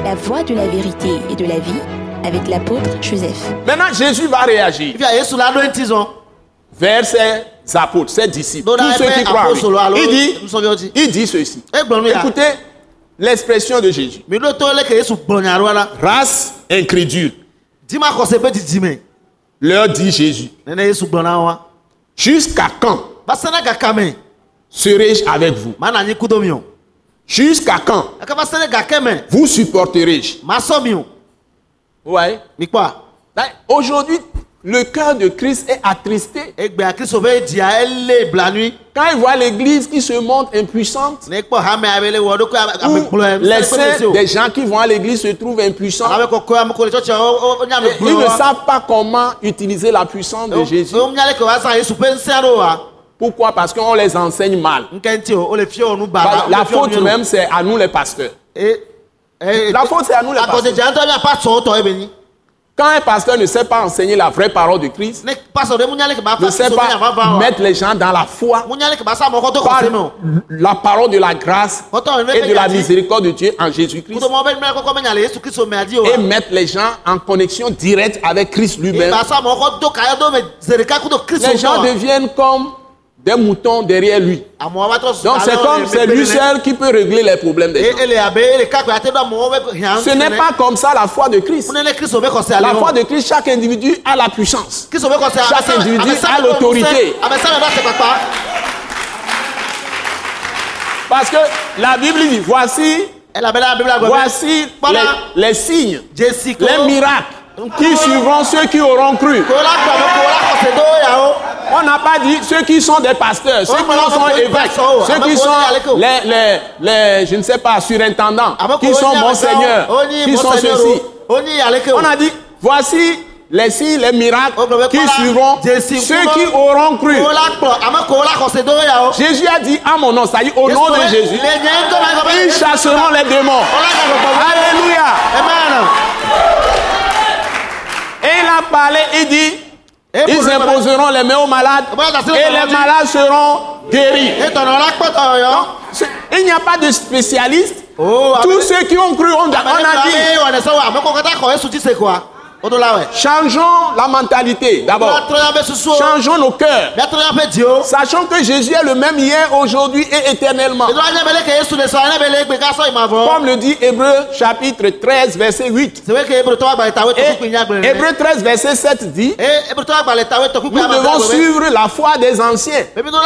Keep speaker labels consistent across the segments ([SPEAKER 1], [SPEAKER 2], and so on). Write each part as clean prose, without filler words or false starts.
[SPEAKER 1] la voie de la vérité et de la vie avec l'apôtre Joseph.
[SPEAKER 2] Maintenant, Jésus va réagir vers ses apôtres, ses disciples, tous ceux qui croient en lui. Il dit ceci. Écoutez l'expression de Jésus. Race incrédule. Leur dit Jésus. Jusqu'à quand serai-je avec vous? Jusqu'à quand vous supporterai-je? Ouais. Aujourd'hui, le cœur de Christ est attristé. Quand il voit l'église qui se montre impuissante, ou les saints, des gens qui vont à l'église se trouvent impuissants, ils ne savent pas comment utiliser la puissance de Jésus. Pourquoi? Parce qu'on les enseigne mal. La faute même, c'est à nous les pasteurs. La faute, c'est à nous les pasteurs. Quand un pasteur ne sait pas enseigner la vraie parole de Christ, ne sait pas mettre les gens dans la foi, par la parole de la grâce et de la miséricorde de Dieu en Jésus-Christ, et mettre les gens en connexion directe avec Christ lui-même, les gens deviennent comme des moutons derrière lui. Donc c'est lui seul qui peut régler les problèmes des gens. Ce n'est pas comme ça la foi de Christ. La foi de Christ, chaque individu a la puissance. Chaque individu a l'autorité. Parce que la Bible dit, voici les signes, les miracles qui suivront ceux qui auront cru. On n'a pas dit ceux qui sont des pasteurs, ceux qui sont évêques, ceux qui sont les je ne sais pas, surintendants, qui sont monseigneurs, qui sont ceux-ci. On a dit, voici les signes, les miracles qui suivront ceux qui auront cru. Jésus a dit à mon nom, c'est-à-dire au nom de Jésus, ils chasseront les démons. Alléluia. Amen. Et il a parlé, il dit, ils imposeront les mains aux malades et les malades seront guéris. Donc, il n'y a pas de spécialistes. Tous ceux qui ont cru, on a dit. Changeons la mentalité d'abord. Changeons nos cœurs. Sachant que Jésus est le même hier, aujourd'hui et éternellement. Comme le dit Hébreux chapitre 13 verset 8. Et Hébreux 13 verset 7 dit, nous devons suivre la foi des anciens.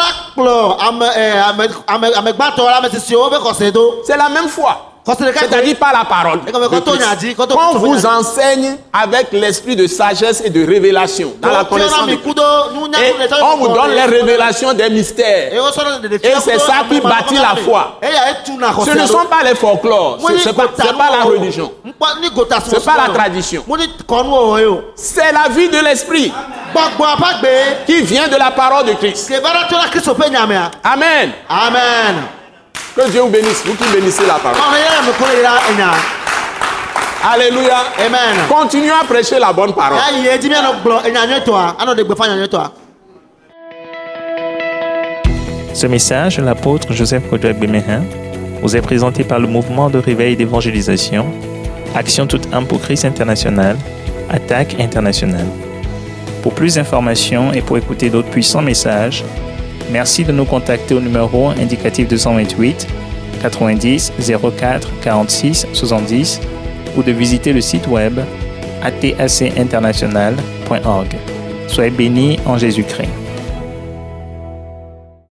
[SPEAKER 2] C'est la même foi. C'est-à-dire par la parole. Qu'on vous enseigne avec l'esprit de sagesse et de révélation dans la connaissance de Christ. Et on vous donne les révélations des mystères. Et c'est ça qui bâtit la foi. Ce ne sont pas les folklores. Ce n'est pas la religion. Ce n'est pas la tradition. C'est la vie de l'esprit qui vient de la parole de Christ. Amen. Amen. Que Dieu vous bénisse, vous qui bénissez la parole. Alléluia. Amen. Continuez à prêcher la bonne parole.
[SPEAKER 3] Ce message de l'apôtre Joseph Kodouak Bemehin vous est présenté par le mouvement de réveil d'évangélisation, Action toute âme pour Christ international, Attaque internationale. Pour plus d'informations et pour écouter d'autres puissants messages, merci de nous contacter au numéro indicatif 228 90 04 46 70 ou de visiter le site web atacinternational.org. Soyez bénis en Jésus-Christ.